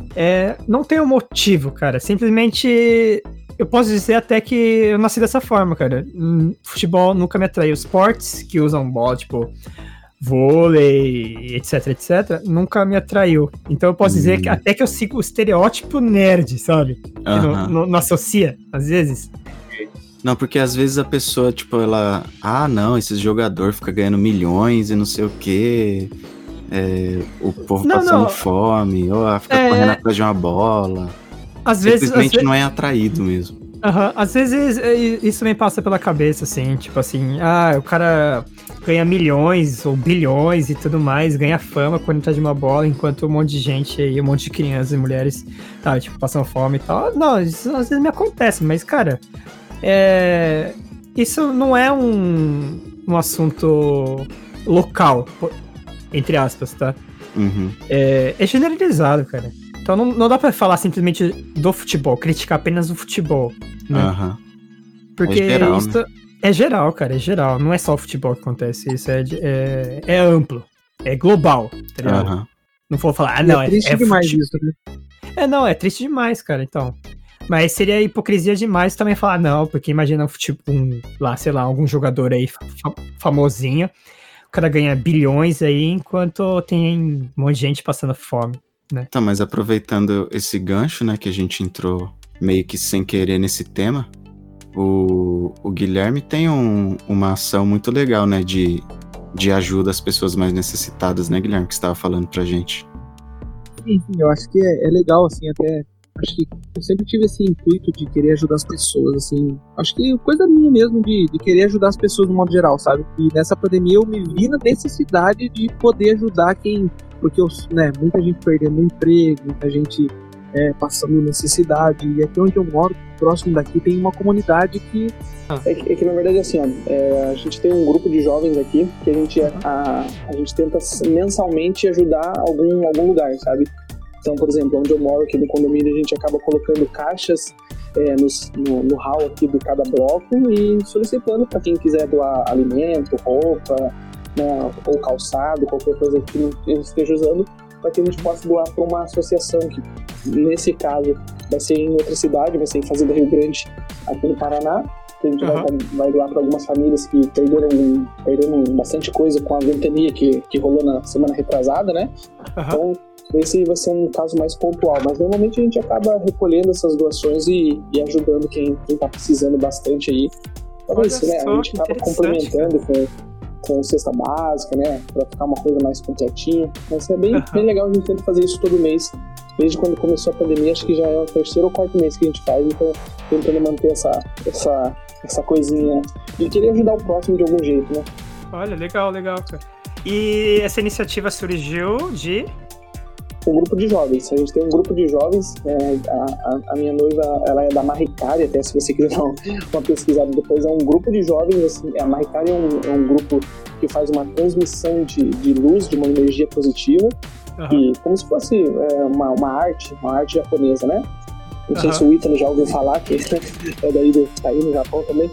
[SPEAKER 1] não tem um motivo, cara. Simplesmente eu posso dizer até que eu nasci dessa forma, cara. Futebol nunca me atraiu. Esportes que usam bola, tipo vôlei, etc, etc, nunca me atraiu. Então eu posso dizer que até que eu sigo o estereótipo nerd, sabe? Que não associa, às vezes.
[SPEAKER 2] Não, porque às vezes a pessoa, tipo, ela... Ah, não, esse jogador fica ganhando milhões e não sei o quê. O povo passando fome, ou fica correndo atrás de uma bola.
[SPEAKER 1] Às vezes
[SPEAKER 2] não é atraído mesmo.
[SPEAKER 1] Às vezes isso me passa pela cabeça, assim, tipo assim, o cara ganha milhões ou bilhões e tudo mais, ganha fama quando tá de uma bola, enquanto um monte de gente aí, um monte de crianças e mulheres, tipo, passam fome e tal. Não, isso às vezes me acontece, mas, cara, isso não é um assunto local, entre aspas, tá?
[SPEAKER 2] Uhum.
[SPEAKER 1] É generalizado, cara. Então não dá pra falar simplesmente do futebol, criticar apenas o futebol, né?
[SPEAKER 2] Uhum.
[SPEAKER 1] Porque
[SPEAKER 2] geral,
[SPEAKER 1] isso
[SPEAKER 2] né?
[SPEAKER 1] É geral, cara, é geral. Não é só o futebol que acontece, isso é amplo, é global, tá ligado?
[SPEAKER 2] Uhum.
[SPEAKER 1] Não vou falar,
[SPEAKER 3] É triste demais isso, né?
[SPEAKER 1] É triste demais, cara, então. Mas seria hipocrisia demais também falar, não, porque imagina algum jogador aí famosinho, o cara ganha bilhões aí, enquanto tem um monte de gente passando fome, né?
[SPEAKER 2] Tá, mas aproveitando esse gancho, né, que a gente entrou meio que sem querer nesse tema, o Guilherme tem uma ação muito legal, né, de ajuda às pessoas mais necessitadas, né, Guilherme, que você estava falando pra gente.
[SPEAKER 3] Sim, eu acho que é legal, assim, até... Acho que eu sempre tive esse intuito de querer ajudar as pessoas, assim. Acho que coisa minha mesmo de querer ajudar as pessoas no modo geral, sabe? E nessa pandemia eu me vi na necessidade de poder ajudar quem... Porque, muita gente perdendo emprego, muita gente passando necessidade. E aqui onde eu moro, próximo daqui, tem uma comunidade que... É que na verdade, assim, a gente tem um grupo de jovens aqui que a gente tenta mensalmente ajudar algum lugar, sabe? Então, por exemplo, onde eu moro aqui no condomínio, a gente acaba colocando caixas no hall aqui de cada bloco e solicitando para quem quiser doar alimento, roupa, né, ou calçado, qualquer coisa que não esteja usando, para que a gente possa doar para uma associação que, nesse caso, vai ser em outra cidade, vai ser em Fazenda Rio Grande, aqui no Paraná. Que a gente vai doar para algumas famílias que perderam bastante coisa com a ventania que rolou na semana retrasada, né? Então, esse vai ser um caso mais pontual, mas normalmente a gente acaba recolhendo essas doações e ajudando quem tá precisando bastante aí. Então, isso, né? A gente acaba complementando com cesta básica, né? Pra ficar uma coisa mais completinha. Mas é bem legal, a gente tenta fazer isso todo mês. Desde quando começou a pandemia, acho que já é o 3º ou 4º mês que a gente faz, então tentando manter essa coisinha de querer ajudar o próximo de algum jeito, né?
[SPEAKER 1] Olha, legal, cara. E essa iniciativa surgiu de...
[SPEAKER 3] Um grupo de jovens. A gente tem um grupo de jovens. A minha noiva, ela é da Maricari, até se você quiser dar uma pesquisada depois. É um grupo de jovens. Assim, a Maricari é um grupo que faz uma transmissão de luz, de uma energia positiva. E como se fosse uma arte japonesa, né? Não sei se o Ítalo já ouviu falar, que é daí tá aí no Japão também.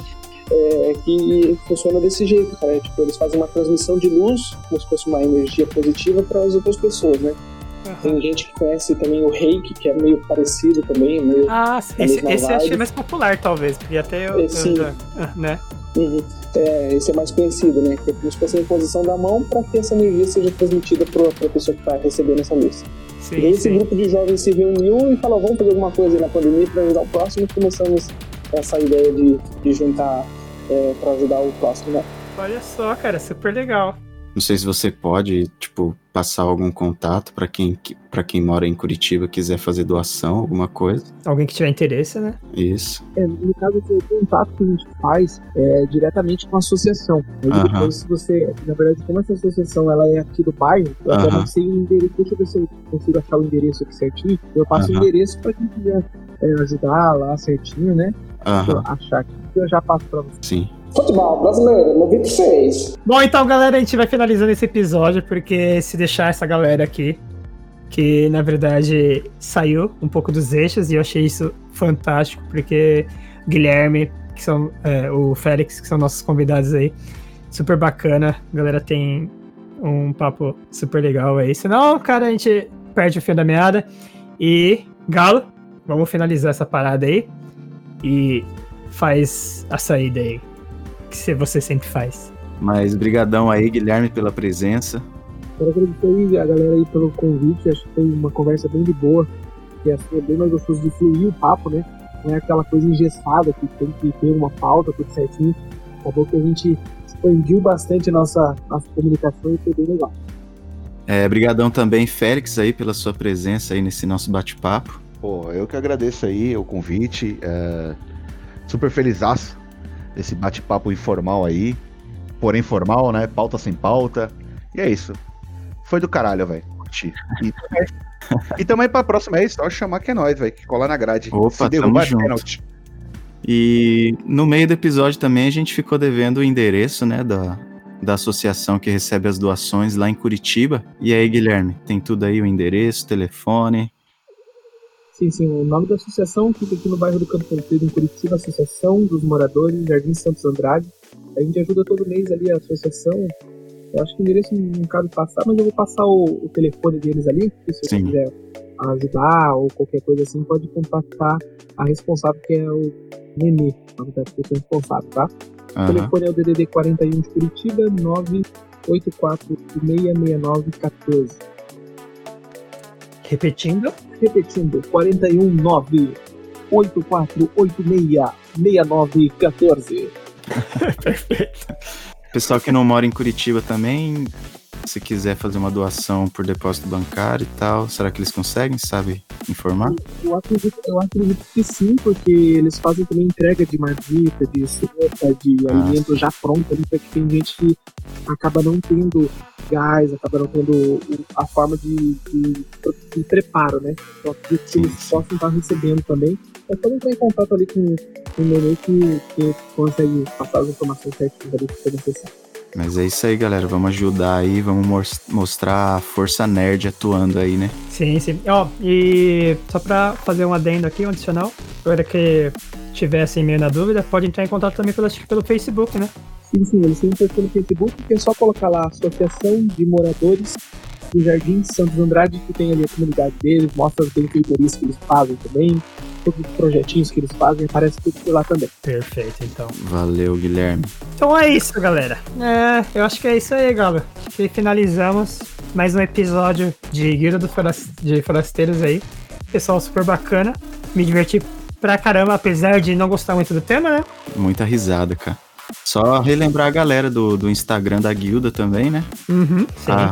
[SPEAKER 3] Que funciona desse jeito, cara. Tipo, eles fazem uma transmissão de luz, como se fosse uma energia positiva para as outras pessoas, né? Tem gente que conhece também o Reiki, que é meio parecido também.
[SPEAKER 1] Esse eu achei mais popular, talvez, porque até eu né?
[SPEAKER 3] Esse é mais conhecido, né? Que é como se fosse a imposição da mão para que essa energia seja transmitida para a pessoa que está recebendo essa luz. E aí esse grupo de jovens se reuniu e falou, vamos fazer alguma coisa na pandemia para ajudar o próximo, e começamos essa ideia de juntar para ajudar o próximo, né?
[SPEAKER 1] Olha só, cara, super legal.
[SPEAKER 2] Não sei se você pode, passar algum contato para quem mora em Curitiba e quiser fazer doação, alguma coisa.
[SPEAKER 1] Alguém que tiver interesse, né?
[SPEAKER 2] Isso.
[SPEAKER 3] No caso, o contato que a gente faz é diretamente com a associação. Depois, se você... Na verdade, como essa associação ela é aqui do bairro, eu até não sei o endereço. Deixa eu ver se eu consigo achar o endereço aqui certinho. Eu passo o endereço para quem quiser ajudar lá certinho, né? Eu achar aqui, eu já passo para você.
[SPEAKER 2] Sim.
[SPEAKER 3] Futebol brasileiro, 96.
[SPEAKER 1] Bom, então, galera, a gente vai finalizando esse episódio, porque se deixar essa galera aqui, que na verdade saiu um pouco dos eixos, e eu achei isso fantástico, porque o Guilherme, que são o Félix, que são nossos convidados aí, super bacana, a galera tem um papo super legal aí, senão, cara, a gente perde o fio da meada. E, Galo, vamos finalizar essa parada aí. E faz a saída aí, que você sempre faz.
[SPEAKER 2] Mas brigadão aí, Guilherme, pela presença.
[SPEAKER 3] Quero agradecer aí a galera aí pelo convite. Acho que foi uma conversa bem de boa. Que é bem mais gostoso de fluir o papo, né? Não é aquela coisa engessada que tem que ter uma pauta, tudo certinho. Acabou que a gente expandiu bastante a nossa comunicação e foi bem legal.
[SPEAKER 2] Brigadão também, Félix, aí, pela sua presença aí nesse nosso bate-papo.
[SPEAKER 4] Pô, eu que agradeço aí o convite. Super felizaço desse bate-papo informal aí. Porém formal, né? Pauta sem pauta. E é isso. Foi do caralho, velho. Curti. E também pra próxima é só chamar que é nóis, velho. Que cola na grade.
[SPEAKER 2] Opa,
[SPEAKER 4] se derrubar
[SPEAKER 2] tamo junto.
[SPEAKER 4] Pênalti.
[SPEAKER 2] E no meio do episódio também a gente ficou devendo o endereço, né, da associação que recebe as doações lá em Curitiba. E aí, Guilherme, tem tudo aí, o endereço, telefone?
[SPEAKER 3] Sim, o nome da associação fica aqui no bairro do Campo Comprido, em Curitiba, Associação dos Moradores Jardim Santos Andrade. A gente ajuda todo mês ali a associação. Eu acho que o endereço não cabe passar, mas eu vou passar o telefone deles ali, se você quiser ajudar ou qualquer coisa assim, pode contactar a responsável, que é o Nenê, a pessoa responsável, tá? O telefone é o DDD 41 de Curitiba, 984-669-14.
[SPEAKER 1] Repetindo,
[SPEAKER 3] 419-8486-6914.
[SPEAKER 1] Perfeito.
[SPEAKER 2] Pessoal que não mora em Curitiba também, se quiser fazer uma doação por depósito bancário e tal, será que eles conseguem, sabe, informar?
[SPEAKER 3] Eu acredito que sim, porque eles fazem também entrega de marmita, de sopa, de alimento já pronto ali, porque tem gente que acaba não tendo gás, acaba não tendo a forma de preparo, né? Então acredito que eles possam estar recebendo também. É só entrar em contato ali com o Nenê que consegue passar as informações certinhas ali que for necessário.
[SPEAKER 2] Mas é isso aí, galera. Vamos ajudar aí, vamos mostrar a força nerd atuando aí, né?
[SPEAKER 1] Sim. E só pra fazer um adendo aqui, um adicional, agora que tivessem meio na dúvida, pode entrar em contato também pelo Facebook, né?
[SPEAKER 3] Sim, eles têm um perfil no Facebook, que é só colocar lá Associação de Moradores do Jardim Santos Andrade, que tem ali a comunidade deles, mostra as benfeitorias que eles fazem também, todos os projetinhos que eles fazem, aparece tudo por lá também.
[SPEAKER 1] Perfeito, então.
[SPEAKER 2] Valeu, Guilherme.
[SPEAKER 1] Então é isso, galera. Eu acho que é isso aí, galera. Acho que finalizamos mais um episódio de Guilda de Forasteiros aí. Pessoal super bacana. Me diverti pra caramba, apesar de não gostar muito do tema, né?
[SPEAKER 2] Muita risada, cara. Só relembrar a galera do Instagram da Guilda também, né?
[SPEAKER 1] Sim.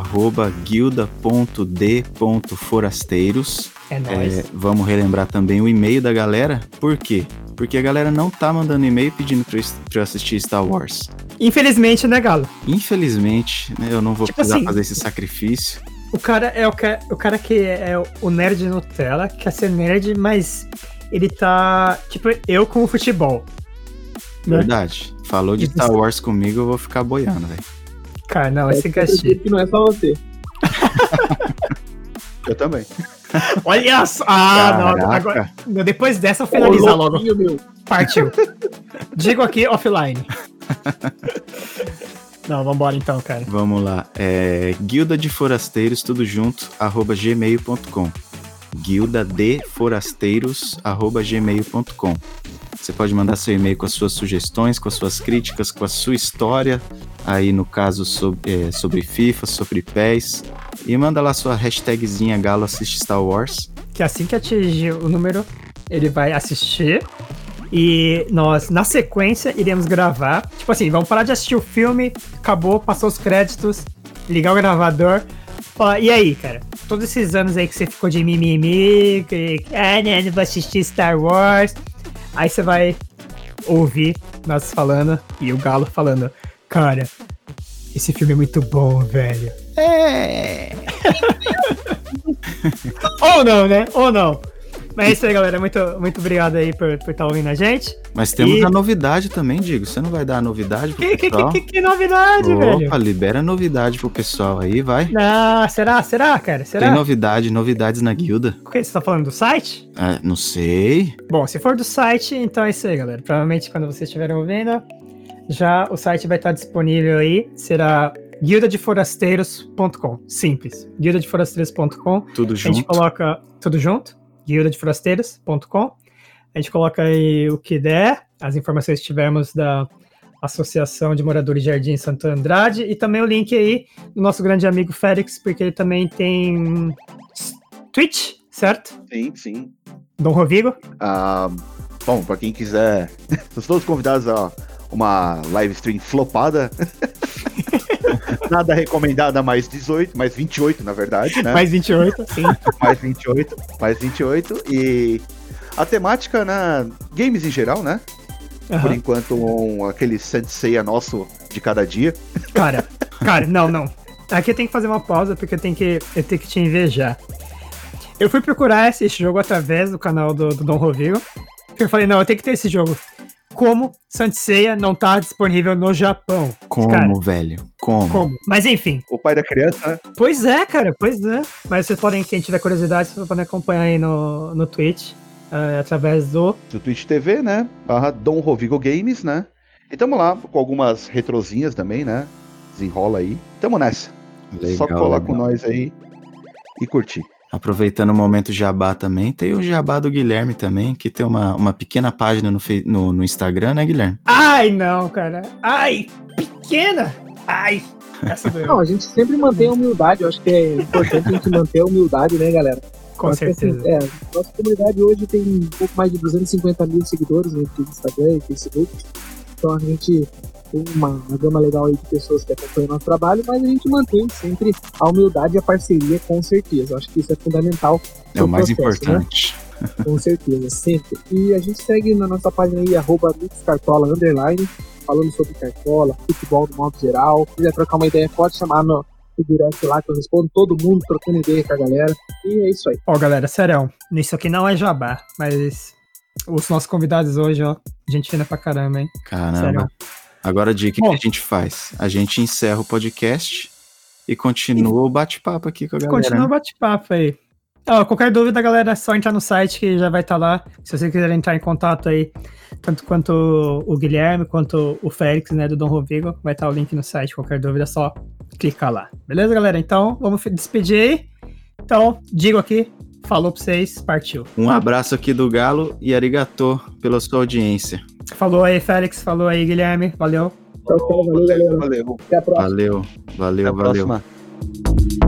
[SPEAKER 2] @guilda.d.forasteiros.
[SPEAKER 1] É nóis.
[SPEAKER 2] Vamos relembrar também o e-mail da galera. Por quê? Porque a galera não tá mandando e-mail pedindo pra eu assistir Star Wars.
[SPEAKER 1] Infelizmente, né, Galo?
[SPEAKER 2] Infelizmente, né, eu não vou precisar fazer esse sacrifício.
[SPEAKER 1] O cara é o cara que é o nerd Nutella, quer ser nerd, mas ele tá... Tipo, eu com o futebol. Né?
[SPEAKER 2] Verdade. Falou de Star Wars comigo, eu vou ficar boiando, velho.
[SPEAKER 1] Cara, não, esse castigo.
[SPEAKER 3] Que não é só você.
[SPEAKER 4] Eu também.
[SPEAKER 1] Olha só! Não, agora, depois dessa eu
[SPEAKER 3] finalizar
[SPEAKER 1] finalizar logo.
[SPEAKER 3] Meu.
[SPEAKER 1] Partiu. Digo aqui offline. Não, vambora então, cara.
[SPEAKER 2] Vamos lá. Guilda de Forasteiros, tudo junto, @gmail.com. guildadeforasteiros@gmail.com. Você pode mandar seu e-mail com as suas sugestões, com as suas críticas, com a sua história, aí no caso sobre FIFA, sobre PES, e manda lá sua hashtagzinha Galo assiste Star Wars.
[SPEAKER 1] Que assim que atingir o número, ele vai assistir e nós, na sequência, iremos gravar. Tipo assim, vamos parar de assistir o filme, acabou, passou os créditos, ligar o gravador. E aí, cara? Todos esses anos aí que você ficou de mimimi, não vou assistir Star Wars. Aí você vai ouvir nós falando e o Galo falando, cara, esse filme é muito bom, velho. Ou não, né? Ou não. Mas é isso aí, galera. Muito obrigado aí por estar ouvindo a gente.
[SPEAKER 2] Mas temos a novidade também, Digo. Você não vai dar a novidade pro pessoal?
[SPEAKER 1] Que novidade, velho?
[SPEAKER 2] Opa, libera a novidade pro pessoal aí, vai.
[SPEAKER 1] Não, será, cara? Será?
[SPEAKER 2] Tem novidades na guilda.
[SPEAKER 1] O que você tá falando do site?
[SPEAKER 2] Não sei.
[SPEAKER 1] Bom, se for do site, então é isso aí, galera. Provavelmente quando vocês estiverem ouvindo, já o site vai estar disponível aí. Será guildadeforasteiros.com. Simples. guildadeforasteiros.com.
[SPEAKER 2] Tudo junto.
[SPEAKER 1] A gente coloca tudo junto. guildadeforasteiros.com. A gente coloca aí o que der, as informações que tivermos da Associação de Moradores de Jardim Santo Andrade e também o link aí do nosso grande amigo Félix, porque ele também tem Twitch, certo?
[SPEAKER 4] Sim.
[SPEAKER 1] Dom Rovigo.
[SPEAKER 4] Bom, pra quem quiser, estamos todos convidados a uma live stream flopada. Nada recomendada, mais 18, mais 28, na verdade, né?
[SPEAKER 1] Mais 28, sim.
[SPEAKER 4] mais 28. E a temática, né? Games em geral, né?
[SPEAKER 1] Uhum.
[SPEAKER 4] Por enquanto, aquele Sensei nosso de cada dia.
[SPEAKER 1] Cara, não. Aqui eu tenho que fazer uma pausa, porque eu tenho que te invejar. Eu fui procurar esse jogo através do canal do Dom Rovigo. Eu falei, não, eu tenho que ter esse jogo. Como Saint Seiya não tá disponível no Japão?
[SPEAKER 2] Como, cara, velho? Como?
[SPEAKER 1] Mas enfim.
[SPEAKER 4] O pai da criança, né?
[SPEAKER 1] Pois é, cara, pois é. Mas vocês podem, quem tiver curiosidade, vocês podem acompanhar aí no Twitch, através do
[SPEAKER 4] Twitch TV, né? Dom Rovigo Games, né? E tamo lá com algumas retrozinhas também, né? Desenrola aí. Tamo nessa.
[SPEAKER 2] Legal,
[SPEAKER 4] só colar com nós aí e curtir.
[SPEAKER 2] Aproveitando o momento jabá também, tem o jabá do Guilherme também, que tem uma pequena página no Instagram, né, Guilherme?
[SPEAKER 1] Ai, não, cara. Ai, pequena. Ai, essa doeu.
[SPEAKER 3] Não, a gente sempre mantém a humildade. Eu acho que é importante a gente manter a humildade, né, galera?
[SPEAKER 1] Com certeza.
[SPEAKER 3] Assim, nossa comunidade hoje tem um pouco mais de 250 mil seguidores no Instagram e Facebook. Então a gente tem uma gama legal aí de pessoas que acompanham o nosso trabalho, mas a gente mantém sempre a humildade e a parceria, com certeza. Acho que isso é fundamental.
[SPEAKER 2] É o mais importante.
[SPEAKER 3] Né? Com certeza, sempre. E a gente segue na nossa página aí, @mixcartola_, falando sobre cartola, futebol no modo geral. Se quiser trocar uma ideia, pode chamar no direct lá, que eu respondo todo mundo, trocando ideia com a galera. E é isso aí.
[SPEAKER 1] Ó, galera, sério, isso aqui não é jabá, mas os nossos convidados hoje, ó, gente fina pra caramba, hein?
[SPEAKER 2] Caramba.
[SPEAKER 1] Sério.
[SPEAKER 2] Agora, Di, o que a gente faz? A gente encerra o podcast e continua o bate-papo aqui com a galera.
[SPEAKER 1] Continua o bate-papo aí. Qualquer dúvida, galera, é só entrar no site que já vai estar lá. Se você quiser entrar em contato aí, tanto quanto o Guilherme, quanto o Félix, né, do Dom Rovigo, vai estar o link no site. Qualquer dúvida é só clicar lá. Beleza, galera? Então, vamos despedir aí. Então, digo aqui, falou pra vocês, partiu.
[SPEAKER 2] Um abraço aqui do Galo e arigatô pela sua audiência.
[SPEAKER 1] Falou aí, Félix. Falou aí, Guilherme. Valeu.
[SPEAKER 3] Tchau, valeu, galera.
[SPEAKER 4] Valeu.
[SPEAKER 3] Até a próxima.
[SPEAKER 2] Valeu.
[SPEAKER 4] Até a próxima.